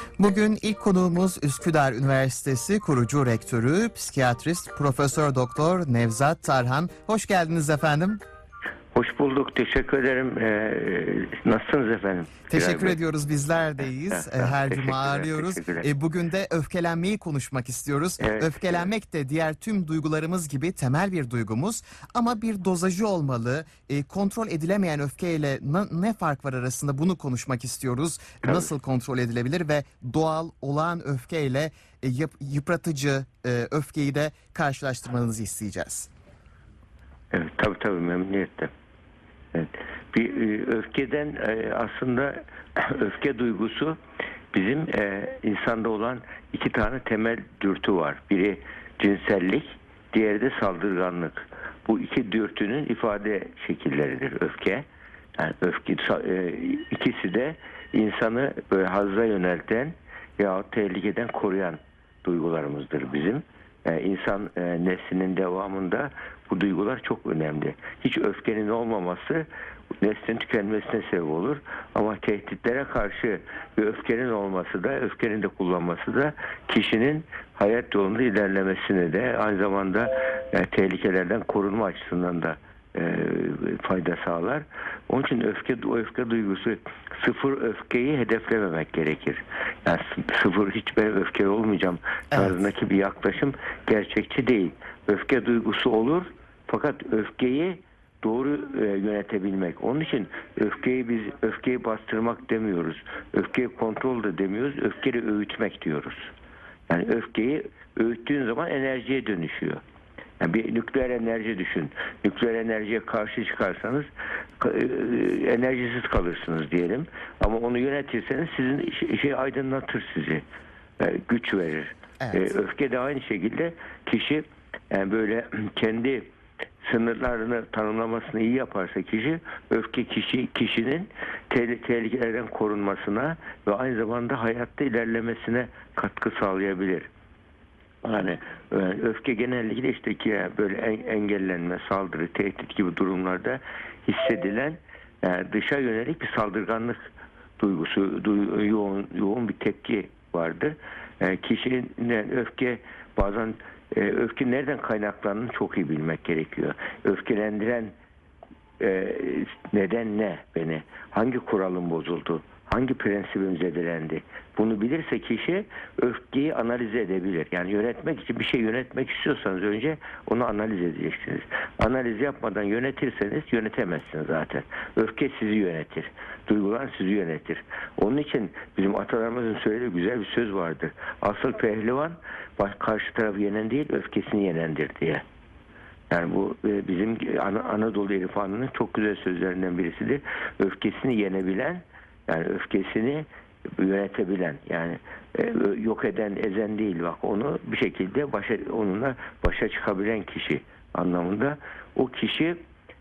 Bugün ilk konuğumuz Üsküdar Üniversitesi kurucu rektörü, psikiyatrist Profesör Doktor Nevzat Tarhan. Hoş geldiniz efendim. Hoş bulduk. Teşekkür ederim. Nasılsınız efendim? Teşekkür ediyoruz. Bizler de iyiyiz. Her cuma ağırlıyoruz. Teşekkürler. Bugün de öfkelenmeyi konuşmak istiyoruz. Evet, Öfkelenmek de diğer tüm duygularımız gibi temel bir duygumuz. Ama bir dozajı olmalı. Kontrol edilemeyen öfkeyle ne fark var arasında, bunu konuşmak istiyoruz. Tabii. Nasıl kontrol edilebilir ve doğal, olağan öfkeyle yıpratıcı öfkeyi de karşılaştırmanızı isteyeceğiz. Evet, tabii memnuniyetle. Evet. Bir öfkeden aslında öfke duygusu bizim insanda olan iki tane temel dürtü var. Biri cinsellik, diğeri de saldırganlık. Bu iki dürtünün ifade şekilleridir öfke. Yani ikisi de insanı böyle hazza yönelten yahut tehlikeden koruyan duygularımızdır bizim. İnsan neslinin devamında bu duygular çok önemli. Hiç öfkenin olmaması neslin tükenmesine sebep olur. Ama tehditlere karşı bir öfkenin olması da, öfkenin de kullanması da kişinin hayat yolunda ilerlemesine de aynı zamanda tehlikelerden korunma açısından da fayda sağlar. Onun için öfke duygusu, sıfır öfkeyi hedeflememek gerekir. Yani sıfır, hiç ben öfkeli olmayacağım tarzındaki bir yaklaşım gerçekçi değil. Öfke duygusu olur fakat öfkeyi doğru yönetebilmek. Onun için öfkeyi bastırmak demiyoruz. Öfkeyi kontrol de demiyoruz. Öfkeyi öğütmek diyoruz. Yani öfkeyi öğüttüğün zaman enerjiye dönüşüyor. Yani bir nükleer enerji düşün. Nükleer enerjiye karşı çıkarsanız enerjisiz kalırsınız diyelim. Ama onu yönetirseniz sizin işi aydınlatır sizi. Güç verir. Evet. Öfke de aynı şekilde kişi yani böyle kendi sınırlarını tanımlamasını iyi yaparsa öfke kişinin tehlikelerden korunmasına ve aynı zamanda hayatta ilerlemesine katkı sağlayabilir. Yani öfke genellikle işte böyle engellenme, saldırı, tehdit gibi durumlarda hissedilen dışa yönelik bir saldırganlık duygusu, yoğun bir tepki vardır. Kişinin bazen öfke nereden kaynaklandığını çok iyi bilmek gerekiyor. Öfkelendiren neden ne beni? Hangi kuralım bozuldu? Hangi prensibim zedelendi? Bunu bilirse kişi öfkeyi analiz edebilir. Yani yönetmek için bir şey yönetmek istiyorsanız önce onu analiz edeceksiniz. Analiz yapmadan yönetirseniz yönetemezsiniz zaten. Öfke sizi yönetir. Duygular sizi yönetir. Onun için bizim atalarımızın söylediği güzel bir söz vardır. Asıl pehlivan karşı tarafı yenen değil, öfkesini yenendir diye. Yani bu bizim Anadolu irfanının çok güzel sözlerinden birisidir. Öfkesini yenebilen, yani öfkesini yönetebilen, yani yok eden, ezen değil, bak onu bir şekilde onunla başa çıkabilen kişi anlamında. O kişi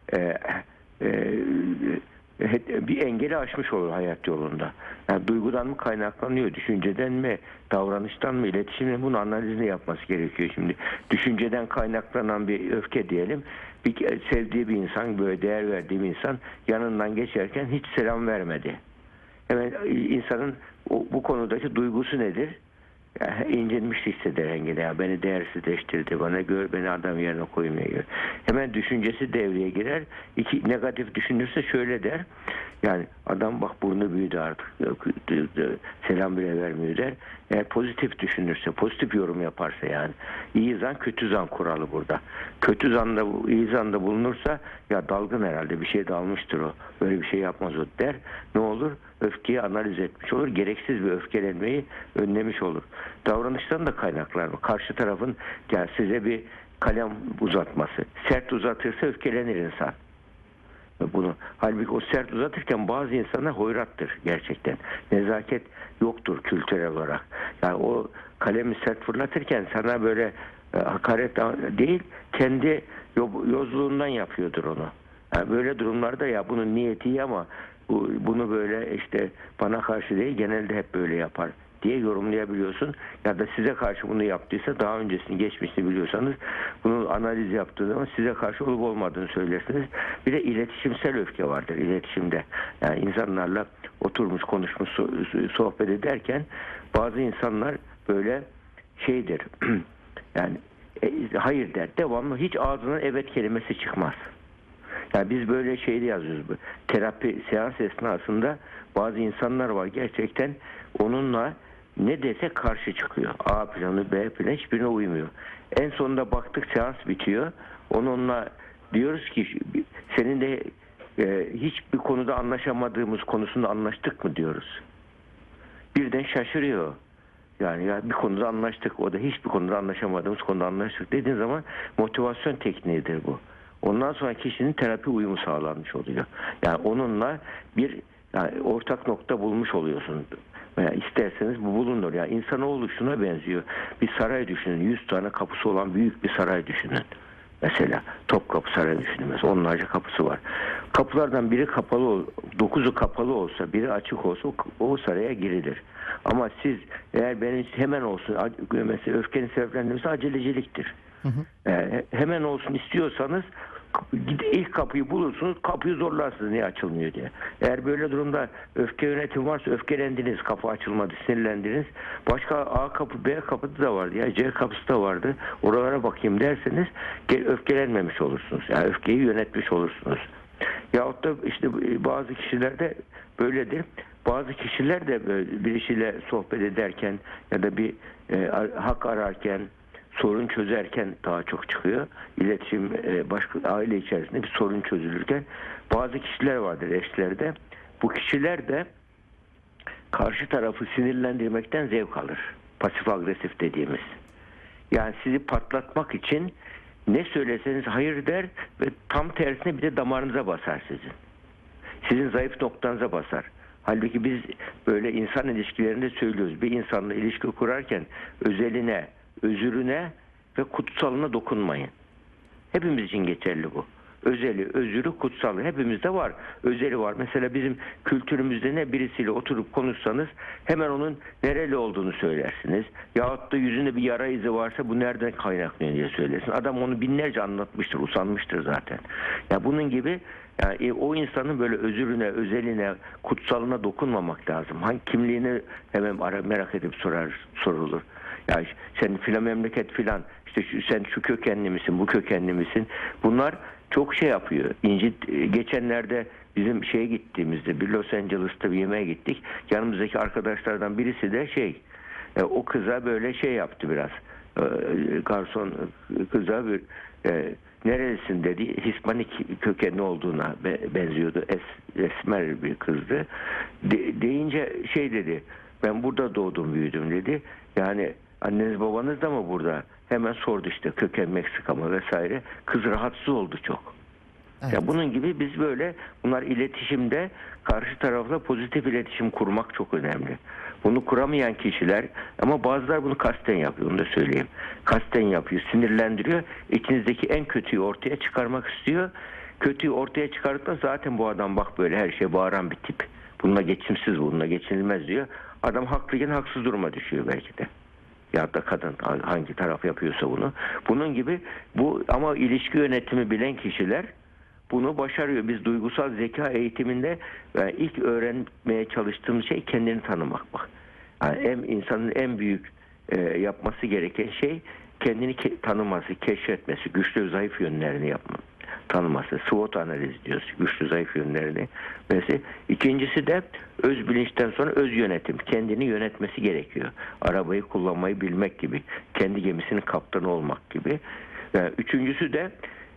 bir engeli aşmış olur hayat yolunda. Yani duygudan mı kaynaklanıyor, düşünceden mi, davranıştan mı, iletişimden mi, bunun analizini yapması gerekiyor. Şimdi düşünceden kaynaklanan bir öfke diyelim. Sevdiği bir insan, böyle değer verdiği bir insan yanından geçerken hiç selam vermedi. Hemen insanın bu konudaki duygusu nedir? Yani incinmiş hisseder engel. Ya beni değersizleştirdi, beni adam yerine koymaya gör. Hemen düşüncesi devreye girer. Negatif düşünürse şöyle der. Yani adam bak burnu büyüdü artık. Selam bile vermiyor der. Eğer pozitif düşünürse, pozitif yorum yaparsa yani. İyi zan kötü zan kuralı burada. Kötü zanda, iyi zanda bulunursa ya dalgın herhalde, bir şey dalmıştır o. Böyle bir şey yapmaz o der. Ne olur? Öfkeyi analiz etmiş olur. Gereksiz bir öfkelenmeyi önlemiş olur. Davranıştan da kaynaklar mı? Karşı tarafın yani size bir kalem uzatması. Sert uzatırsa öfkelenir insan. Halbuki o sert uzatırken bazı insanlar hoyrattır gerçekten. Nezaket yoktur kültürel olarak. Yani o kalemi sert fırlatırken sana böyle hakaret değil, kendi yozluğundan yapıyordur onu. Yani böyle durumlarda ya bunun niyeti iyi ama bunu böyle işte bana karşı değil, genelde hep böyle yapar diye yorumlayabiliyorsun. Ya da size karşı bunu yaptıysa daha öncesini, geçmişini biliyorsanız bunu analiz yaptığı zaman size karşı olup olmadığını söylersiniz. Bir de iletişimsel öfke vardır iletişimde. Yani insanlarla oturmuş konuşmuş sohbet ederken bazı insanlar böyle şeydir yani hayır der devamlı, hiç ağzından evet kelimesi çıkmaz. Yani biz böyle şeyde yazıyoruz. Terapi seans esnasında bazı insanlar var gerçekten onunla ne dese karşı çıkıyor. A planı, B planı hiçbirine uymuyor. En sonunda baktık seans bitiyor. Onunla diyoruz ki senin de hiçbir konuda anlaşamadığımız konusunda anlaştık mı diyoruz. Birden şaşırıyor. Yani ya bir konuda anlaştık, o da hiçbir konuda anlaşamadığımız konuda anlaştık dediğin zaman motivasyon tekniğidir bu. Ondan sonra kişinin terapi uyumu sağlanmış oluyor. Yani onunla bir yani ortak nokta bulmuş oluyorsun. Veya isterseniz bu bulunur. Yani insanoğlu şuna benziyor. Bir saray düşünün. 100 tane kapısı olan büyük bir saray düşünün. Mesela Topkapı Sarayı düşünün. Mesela onlarca kapısı var. Kapılardan biri kapalı, 9'u kapalı olsa, biri açık olsa o saraya girilir. Ama siz eğer benim hemen olsun, mesela öfkenin sebeplendirmesi aceleciliktir. Hemen olsun istiyorsanız ilk kapıyı bulursunuz, kapıyı zorlarsınız niye açılmıyor diye. Eğer böyle durumda öfke yönetimi varsa öfkelendiniz, kapı açılmadı, sinirlendiniz. Başka A kapı, B kapısı da vardı ya C kapısı da vardı. Oralara bakayım derseniz öfkelenmemiş olursunuz. Yani öfkeyi yönetmiş olursunuz. Yahut da işte bazı kişilerde böyledir. Bazı kişiler de birisiyle sohbet ederken ya da bir hak ararken, sorun çözerken daha çok çıkıyor. İletişim başka aile içerisinde bir sorun çözülürken bazı kişiler vardır eşlerde. Bu kişiler de karşı tarafı sinirlendirmekten zevk alır. Pasif agresif dediğimiz. Yani sizi patlatmak için ne söyleseniz hayır der ve tam tersine bir de damarınıza basar sizin. Sizin zayıf noktanıza basar. Halbuki biz böyle insan ilişkilerinde söylüyoruz. Bir insanla ilişki kurarken özeline, özürüne ve kutsalına dokunmayın. Hepimiz için geçerli bu. Özeli, özürü, kutsalı hepimizde var. Özeli var. Mesela bizim kültürümüzde ne birisiyle oturup konuşsanız hemen onun nereli olduğunu söylersiniz. Yahut da yüzünde bir yara izi varsa bu nereden kaynaklanıyor diye söylersin. Adam onu binlerce anlatmıştır, usanmıştır zaten. Ya bunun gibi yani o insanın böyle özürüne, özeline, kutsalına dokunmamak lazım. Hangi kimliğini hemen merak edip sorulur. Ya sen filan memleket filan işte sen şu kökenli misin, bu kökenli misin? Bunlar çok şey yapıyor. Geçenlerde bizim şeye gittiğimizde bir Los Angeles'ta bir yemeğe gittik. Yanımızdaki arkadaşlardan birisi de o kıza böyle şey yaptı biraz. Garson kıza bir nerelisin dedi. Hispanik kökenli olduğuna benziyordu. Esmer bir kızdı. Deyince dedi. Ben burada doğdum büyüdüm dedi. Yani anneniz babanız da mı burada? Hemen sordu işte köken Meksika mı vesaire. Kız rahatsız oldu çok. Evet. Ya bunun gibi biz böyle bunlar iletişimde karşı tarafla pozitif iletişim kurmak çok önemli. Bunu kuramayan kişiler ama bazılar bunu kasten yapıyor onu da söyleyeyim. Kasten yapıyor, sinirlendiriyor. İçinizdeki en kötüyü ortaya çıkarmak istiyor. Kötüyü ortaya çıkardıktan zaten bu adam bak böyle her şeye bağıran bir tip. Bununla geçimsiz, bununla geçinilmez diyor. Adam haklıyken haksız duruma düşüyor belki de. Ya da kadın hangi taraf yapıyorsa bunu. Bunun gibi bu ama ilişki yönetimi bilen kişiler bunu başarıyor. Biz duygusal zeka eğitiminde ilk öğrenmeye çalıştığımız şey kendini tanımak. Bak. Yani insanın en büyük yapması gereken şey kendini tanıması, keşfetmesi, güçlü ve zayıf yönlerini tanıması. SWOT analizi diyoruz. Güçlü zayıf yönlerini. Mesela ikincisi de öz bilinçten sonra öz yönetim. Kendini yönetmesi gerekiyor. Arabayı kullanmayı bilmek gibi. Kendi gemisinin kaptanı olmak gibi. Üçüncüsü de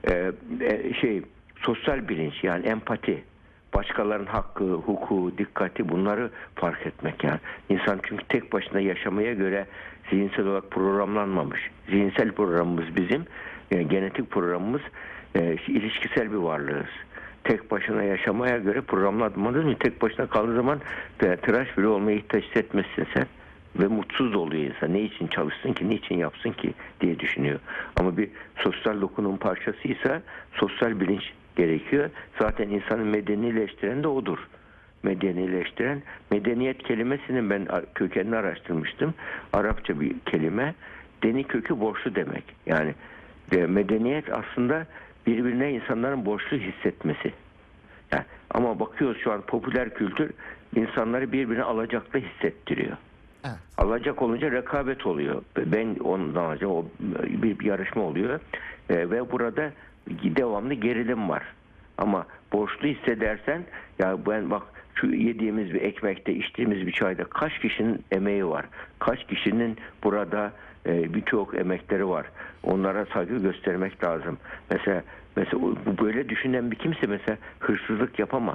sosyal bilinç yani empati. Başkalarının hakkı, hukuku, dikkati bunları fark etmek yani. İnsan çünkü tek başına yaşamaya göre zihinsel olarak programlanmamış. Zihinsel programımız bizim, genetik programımız ilişkisel bir varlığız. Tek başına yaşamaya göre programlanmadınız mı? Tek başına kaldığı zaman tıraş bile olmaya ihtiyaç hissetmezsin sen. Ve mutsuz da oluyor insan. Ne için çalışsın ki, ne için yapsın ki diye düşünüyor. Ama bir sosyal dokunum parçasıysa sosyal bilinç gerekiyor. Zaten insanı medenileştiren de odur. Medenileştiren, medeniyet kelimesinin ben kökenini araştırmıştım. Arapça bir kelime. Deni kökü borçlu demek. Yani medeniyet aslında birbirine insanların borçlu hissetmesi. Yani, ama bakıyoruz şu an popüler kültür insanları birbirine alacaklı hissettiriyor. Evet. Alacak olunca rekabet oluyor. Ben ondan alacağım, o bir yarışma oluyor. Ve burada devamlı gerilim var. Ama borçlu hissedersen, ya ben bak şu yediğimiz bir ekmekte, içtiğimiz bir çayda kaç kişinin emeği var. Kaç kişinin burada birçok emekleri var. Onlara saygı göstermek lazım. Mesela böyle düşünen bir kimse mesela hırsızlık yapamaz.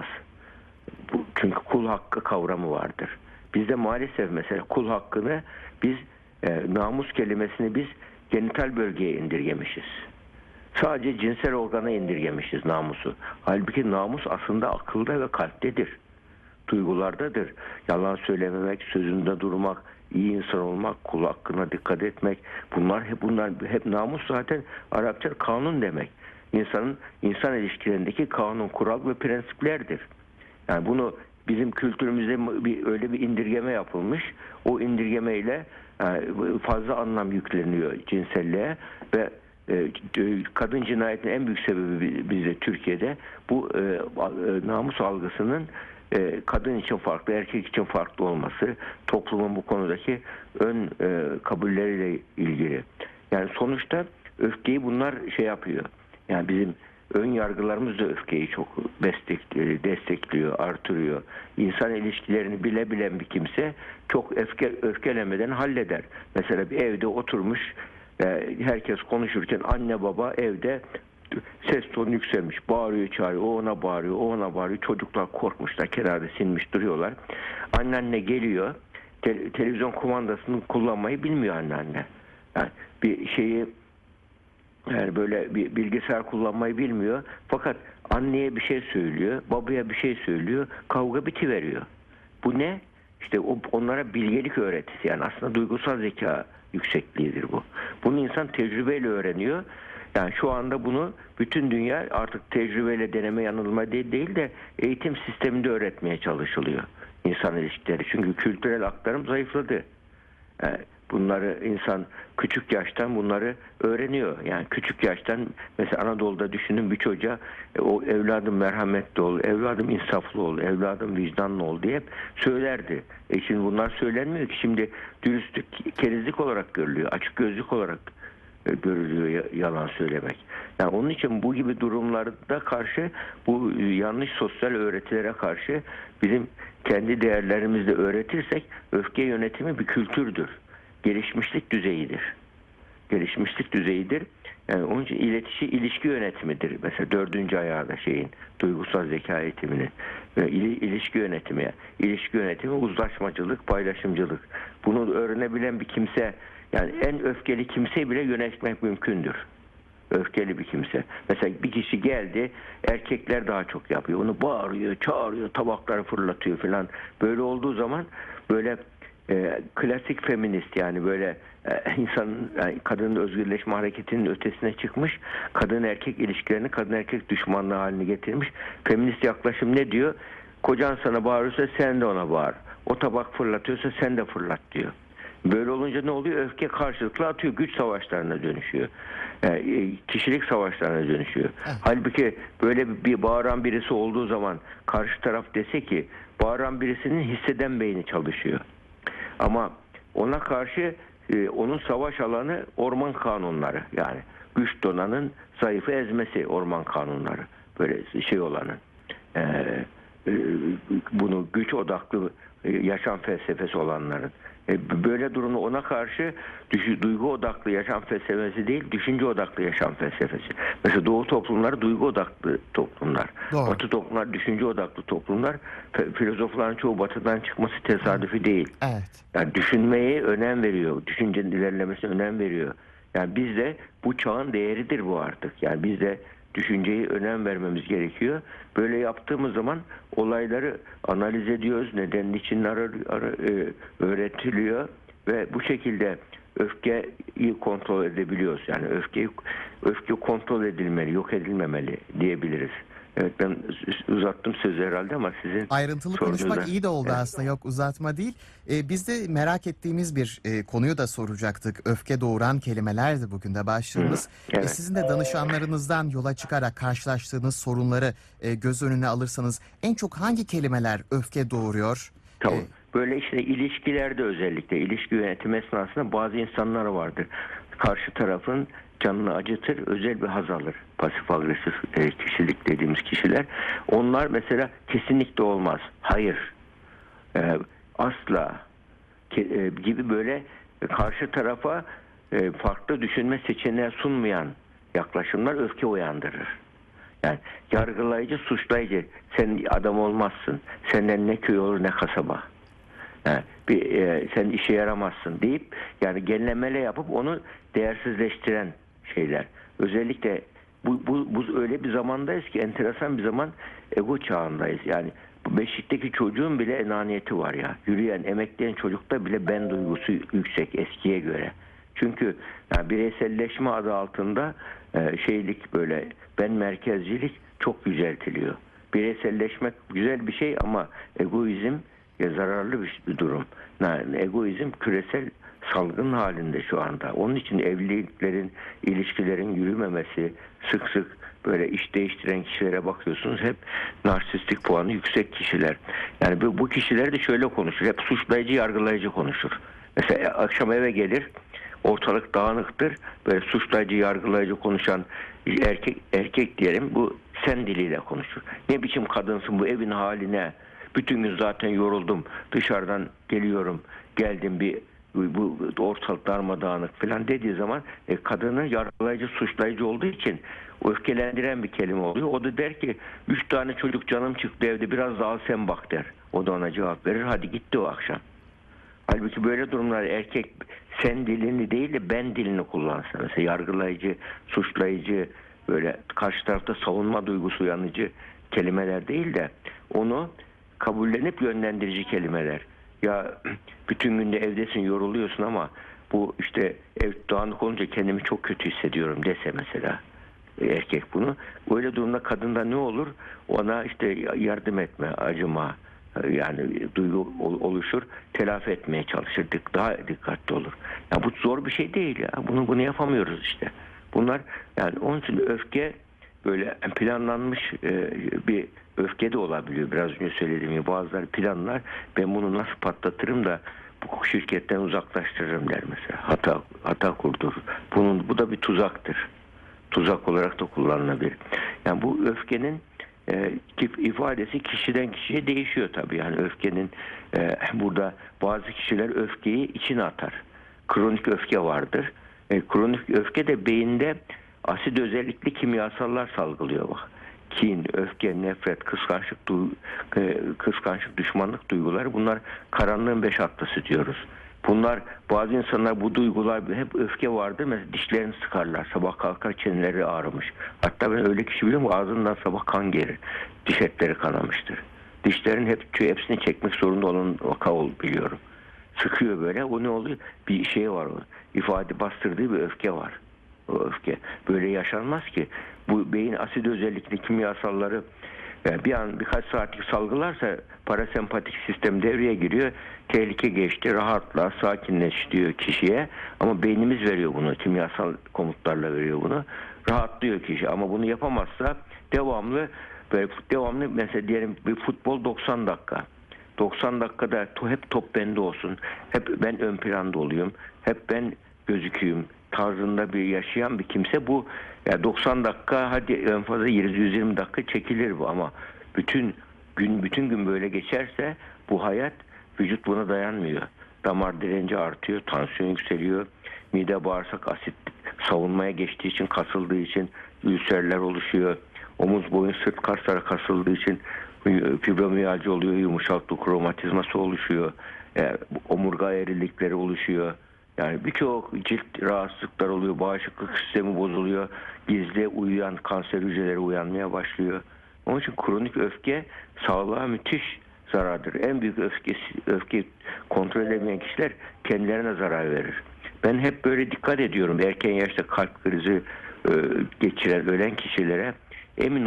Çünkü kul hakkı kavramı vardır. Bizde maalesef mesela kul hakkını biz namus kelimesini biz genital bölgeye indirgemişiz. Sadece cinsel organa indirgemişiz namusu. Halbuki namus aslında akılda ve kalptedir. Duygulardadır. Yalan söylememek, sözünde durmak, iyi insan olmak, kul hakkına dikkat etmek. Bunlar hep namus zaten Arapça kanun demek. İnsan ilişkilerindeki kanun, kural ve prensiplerdir. Yani bunu bizim kültürümüzde öyle bir indirgeme yapılmış. O indirgemeyle fazla anlam yükleniyor cinselliğe ve kadın cinayetinin en büyük sebebi bizde Türkiye'de bu namus algısının kadın için farklı, erkek için farklı olması, toplumun bu konudaki ön kabulleriyle ilgili. Yani sonuçta öfkeyi bunlar şey yapıyor. Yani bizim ön yargılarımız da öfkeyi çok destekliyor, artırıyor. İnsan ilişkilerini bilen bir kimse çok öfkelemeden halleder. Mesela bir evde oturmuş, herkes konuşurken anne baba evde ses tonu yükselmiş, bağırıyor, çağırıyor, o ona bağırıyor, o ona bağırıyor. Çocuklar korkmuşlar, kenarda sinmiş duruyorlar. Anneanne geliyor, televizyon kumandasını kullanmayı bilmiyor anneanne. Yani bir şeyi, yani böyle bir bilgisayar kullanmayı bilmiyor. Fakat anneye bir şey söylüyor, babaya bir şey söylüyor, kavga bitiveriyor. Bu ne? İşte onlara bilgelik öğretisi, yani aslında duygusal zeka yüksekliğidir bu. Bunu insan tecrübeyle öğreniyor. Yani şu anda bunu bütün dünya artık tecrübeyle deneme yanılma değil de eğitim sisteminde öğretmeye çalışılıyor insan ilişkileri. Çünkü kültürel aktarım zayıfladı. Yani bunları insan küçük yaştan bunları öğreniyor. Yani küçük yaştan mesela Anadolu'da düşünün bir çocuğa o evladım merhametli ol, evladım insaflı ol, evladım vicdanlı ol diye hep söylerdi. Şimdi bunlar söylenmiyor ki. Şimdi dürüstlük kerizlik olarak görülüyor, açık gözlük olarak görülüyor yalan söylemek. Yani onun için bu gibi durumlarda karşı, bu yanlış sosyal öğretilere karşı bizim kendi değerlerimizle öğretirsek öfke yönetimi bir kültürdür. Gelişmişlik düzeyidir. Gelişmişlik düzeyidir. Yani onun için ilişki yönetimidir. Mesela 4. ayağı da duygusal zeka eğitiminin ilişki yönetimi. İlişki yönetimi uzlaşmacılık, paylaşımcılık. Bunu öğrenebilen bir kimse, yani en öfkeli kimseyi bile yönetmek mümkündür. Öfkeli bir kimse. Mesela bir kişi geldi, erkekler daha çok yapıyor. Onu bağırıyor, çağırıyor, tabakları fırlatıyor falan. Böyle olduğu zaman böyle klasik feminist, yani böyle insanın, yani kadının özgürleşme hareketinin ötesine çıkmış, kadın erkek ilişkilerini kadın erkek düşmanlığı haline getirmiş. Feminist yaklaşım ne diyor? Kocan sana bağırıyorsa sen de ona bağır. O tabak fırlatıyorsa sen de fırlat diyor. Böyle olunca ne oluyor? Öfke karşılıklı atıyor. Güç savaşlarına dönüşüyor. Kişilik savaşlarına dönüşüyor. Evet. Halbuki böyle bir bağıran birisi olduğu zaman karşı taraf dese ki, bağıran birisinin hisseden beyni çalışıyor. Ama ona karşı onun savaş alanı orman kanunları, yani güç donanın zayıfı ezmesi orman kanunları, böyle şey olanın bunu güç odaklı yaşam felsefesi olanların böyle durumda ona karşı duygu odaklı yaşam felsefesi değil, düşünce odaklı yaşam felsefesi. Mesela Doğu toplumları duygu odaklı toplumlar. Doğru. Batı toplumlar düşünce odaklı toplumlar. Filozofların çoğu Batı'dan çıkması tesadüfi değil. Evet. Yani düşünmeye önem veriyor. Düşüncenin ilerlemesine önem veriyor. Yani bizde bu çağın değeridir bu artık. Yani bizde düşünceyi önem vermemiz gerekiyor. Böyle yaptığımız zaman olayları analiz ediyoruz. Neden, niçin öğretiliyor ve bu şekilde öfkeyi kontrol edebiliyoruz. Yani öfke kontrol edilmeli, yok edilmemeli diyebiliriz. Evet, ben uzattım sözü herhalde ama sizin Ayrıntılı sorunuzda. konuşmak iyi de oldu Evet. aslında, yok uzatma değil. Biz de merak ettiğimiz bir konuyu da soracaktık. Öfke doğuran kelimelerdi bugün de başlığımız. Evet. Sizin de danışanlarınızdan yola çıkarak karşılaştığınız sorunları göz önüne alırsanız en çok hangi kelimeler öfke doğuruyor? Tamam. Böyle işte ilişkilerde, özellikle ilişki yönetimi esnasında bazı insanlar vardır. Karşı tarafın canını acıtır, özel bir haz alır. Pasif agresif kişilik dediğimiz kişiler. Onlar mesela kesinlikle olmaz. Hayır. Asla. Gibi böyle karşı tarafa farklı düşünme seçeneği sunmayan yaklaşımlar öfke uyandırır. Yani yargılayıcı, suçlayıcı. Sen adam olmazsın. Senden ne köy olur ne kasaba. Yani sen işe yaramazsın deyip yani genellemele yapıp onu değersizleştiren şeyler. Özellikle bu öyle bir zamandayız ki, enteresan bir zaman, ego çağındayız. Yani bu beşikteki çocuğun bile enaniyeti var ya. Yürüyen, emekleyen çocukta bile ben duygusu yüksek eskiye göre. Çünkü yani bireyselleşme adı altında şeylik, böyle ben merkezcilik çok yüceltiliyor. Bireyselleşmek güzel bir şey ama egoizm zararlı bir durum. Yani egoizm küresel salgın halinde şu anda. Onun için evliliklerin, ilişkilerin yürümemesi, sık sık böyle iş değiştiren kişilere bakıyorsunuz, hep narsistik puanı yüksek kişiler. Yani bu kişiler de şöyle konuşur. Hep suçlayıcı, yargılayıcı konuşur. Mesela akşam eve gelir, ortalık dağınıktır. Böyle suçlayıcı, yargılayıcı konuşan erkek diyelim, bu sen diliyle konuşur. Ne biçim kadınsın, bu evin haline. Bütün gün zaten yoruldum. Dışarıdan geliyorum. Geldim, bu ortalık darmadağınık falan dediği zaman kadının yargılayıcı, suçlayıcı olduğu için öfkelendiren bir kelime oluyor. O da der ki 3 tane çocuk, canım çıktı evde, biraz daha sen bak der. O da ona cevap verir. Hadi gitti o akşam. Halbuki böyle durumlar erkek sen dilini değil de ben dilini kullansa, mesela yargılayıcı, suçlayıcı, böyle karşı tarafta savunma duygusu uyanıcı kelimeler değil de onu kabullenip yönlendirici kelimeler. Ya bütün günde evdesin, yoruluyorsun ama bu işte ev dağınık olunca kendimi çok kötü hissediyorum dese mesela erkek bunu. Öyle durumda kadında ne olur? Ona işte yardım etme, acıma, yani duygu oluşur, telafi etmeye çalışır, daha dikkatli olur. Ya bu zor bir şey değil ya. Bunu yapamıyoruz işte. Bunlar, yani onun için öfke böyle planlanmış bir öfke de olabiliyor. Biraz önce söylediğim gibi bazıları planlar, ben bunu nasıl patlatırım da bu şirketten uzaklaştırırım der mesela. Hata kurdurur. Bu da bir tuzaktır. Tuzak olarak da kullanılabilir. Yani bu öfkenin ifadesi kişiden kişiye değişiyor tabii. Yani öfkenin burada bazı kişiler öfkeyi içine atar. Kronik öfke vardır. Kronik öfke de beyinde asit özellikli kimyasallar salgılıyor bak. Kin, öfke, nefret, kıskançlık, düşmanlık duyguları, bunlar karanlığın 5 atlısı diyoruz. Bunlar, bazı insanlar bu duygular, hep öfke vardır. Mesela dişlerini sıkarlar. Sabah kalkar çeneleri ağrımış. Hatta ben öyle kişi biliyorum, ağzından sabah kan gelir. Diş etleri kanamıştır. Dişlerin hepsini çekmek zorunda olan vaka biliyorum. Sıkıyor böyle. O ne oluyor? Bir şey var o. İfade bastırdığı bir öfke var. O öfke. Böyle yaşanmaz ki. Bu beyin asit özellikli kimyasalları birkaç saatlik salgılarsa parasempatik sistem devreye giriyor. Tehlike geçti, rahatla, sakinleş diyor kişiye. Ama beynimiz veriyor bunu, kimyasal komutlarla veriyor bunu. Rahatlıyor kişi, ama bunu yapamazsa devamlı mesela diyelim bir futbol 90 dakika. 90 dakikada hep top bende olsun. Hep ben ön planda olayım. Hep ben gözüküyüm tarzında bir yaşayan bir kimse, bu yani 90 dakika, hadi en fazla 120 dakika çekilir bu, ama bütün gün böyle geçerse bu hayat, vücut buna dayanmıyor. Damar direnci artıyor, tansiyon yükseliyor, mide bağırsak asit savunmaya geçtiği için, kasıldığı için ülserler oluşuyor. Omuz, boyun, sırt kasları kasıldığı için fibromiyalji oluyor, yumuşaklık romatizması oluşuyor. Omurga eğrilikleri oluşuyor. Yani birçok cilt rahatsızlıklar oluyor, bağışıklık sistemi bozuluyor, gizli uyuyan kanser hücreleri uyanmaya başlıyor. Onun için kronik öfke sağlığa müthiş zarardır. En büyük öfke kontrol edemeyen kişiler kendilerine zarar verir. Ben hep böyle dikkat ediyorum. Erken yaşta kalp krizi geçiren, ölen kişilere, emin ol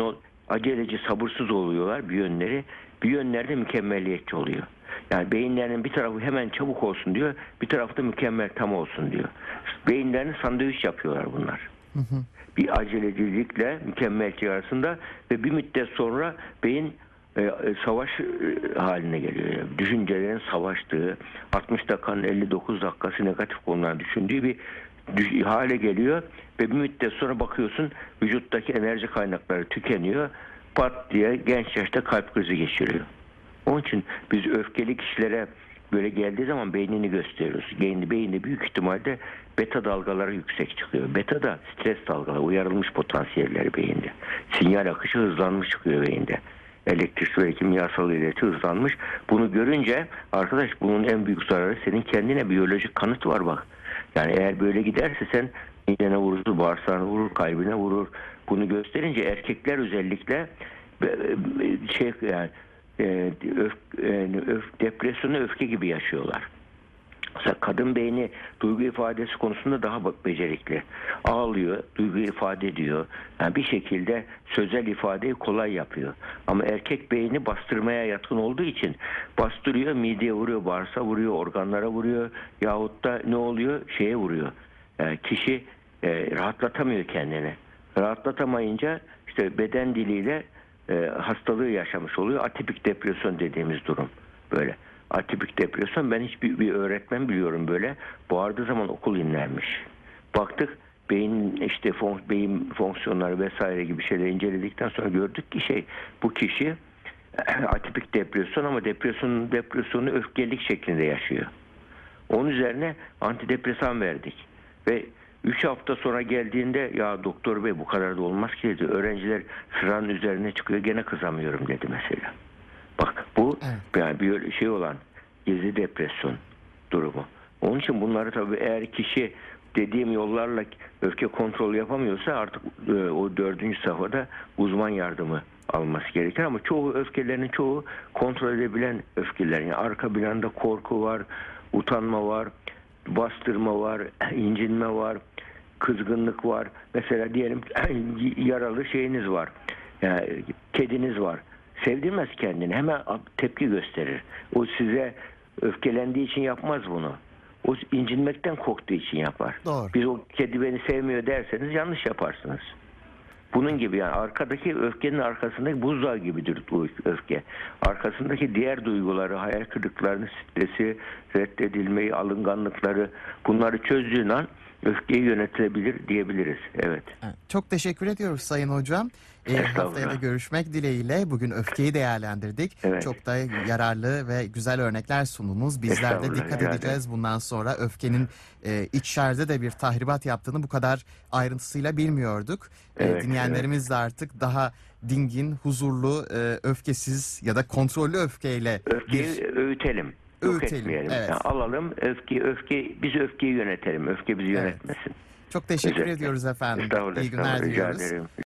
aceleci, sabırsız oluyorlar bir yönleri. Bir yönlerde mükemmelliyetçi oluyor. Yani beyinlerinin bir tarafı hemen çabuk olsun diyor, bir tarafı da mükemmel tam olsun diyor. Beyinlerini sandviç yapıyorlar bunlar. Bir acelecilikle mükemmeliyetçi arasında ve bir müddet sonra beyin savaş haline geliyor. Yani düşüncelerin savaştığı, 60 dakikanın 59 dakikası negatif konular düşündüğü bir hale geliyor ve bir müddet sonra bakıyorsun vücuttaki enerji kaynakları tükeniyor. Pat diye genç yaşta kalp krizi geçiriyor. Onun için biz öfkeli kişilere böyle geldiği zaman beynini gösteriyoruz. Beyinde büyük ihtimalle beta dalgaları yüksek çıkıyor. Beta da stres dalgaları, uyarılmış potansiyelleri beyinde. Sinyal akışı hızlanmış çıkıyor beyinde. Elektrik ve kimyasal iletişim hızlanmış. Bunu görünce arkadaş bunun en büyük zararı senin kendine biyolojik kanıt var bak. Yani eğer böyle giderse sen midene vurur, bağırsağına vurur, kalbine vurur. Bunu gösterince erkekler özellikle yani depresyonu öfke gibi yaşıyorlar. Mesela kadın beyni duygu ifadesi konusunda daha becerikli. Ağlıyor, duygu ifade ediyor. Yani bir şekilde sözel ifadeyi kolay yapıyor. Ama erkek beyni bastırmaya yatkın olduğu için bastırıyor, mideye vuruyor, bağırsağa vuruyor, organlara vuruyor. Yahut da ne oluyor? Şeye vuruyor. Kişi rahatlatamıyor kendini. Rahatlatamayınca işte beden diliyle hastalığı yaşamış oluyor. Atipik depresyon dediğimiz durum böyle. Atipik depresyon, ben bir öğretmen biliyorum böyle. Bağırdığı zaman okul inlermiş. Baktık beyin işte beyin fonksiyonları vesaire gibi şeyler inceledikten sonra gördük ki bu kişi atipik depresyon ama depresyonu öfkelik şeklinde yaşıyor. Onun üzerine antidepresan verdik ve 3 hafta sonra geldiğinde ya doktor bey bu kadar da olmaz ki dedi. Öğrenciler sıranın üzerine çıkıyor gene kızamıyorum dedi mesela. Bak bu yani bir şey olan gizli depresyon durumu. Onun için bunları tabii eğer kişi dediğim yollarla öfke kontrolü yapamıyorsa artık o 4. safhada uzman yardımı alması gerekir. Ama öfkelerinin çoğu kontrol edebilen öfkeler. Yani arka planda korku var, utanma var, bastırma var, incinme var, kızgınlık var. Mesela diyelim yaralı şeyiniz var. Yani kediniz var. Sevdirmez kendini. Hemen tepki gösterir. O size öfkelendiği için yapmaz bunu. O incinmekten korktuğu için yapar. Doğru. Biz o kedi beni sevmiyor derseniz yanlış yaparsınız. Bunun gibi yani arkadaki öfkenin arkasındaki buzdağı gibidir bu öfke. Arkasındaki diğer duyguları, hayal kırıklarını, stresi, reddedilmeyi, alınganlıkları bunları çözdüğün an öfkeyi yönetilebilir diyebiliriz. Evet. Çok teşekkür ediyoruz Sayın Hocam. Haftaya da görüşmek dileğiyle. Bugün öfkeyi değerlendirdik. Evet. Çok da yararlı ve güzel örnekler sundunuz. Bizler de dikkat edeceğiz bundan sonra. Öfkenin içeride de bir tahribat yaptığını bu kadar ayrıntısıyla bilmiyorduk. Evet, Dinleyenlerimiz de artık daha dingin, huzurlu, öfkesiz ya da kontrollü öfkeyle... Öfkeyi öğütelim. Yok etmeyelim. Evet. Yani alalım biz öfkeyi yönetelim. Öfke bizi yönetmesin. Çok teşekkür ediyoruz efendim. İyi günler diliyoruz.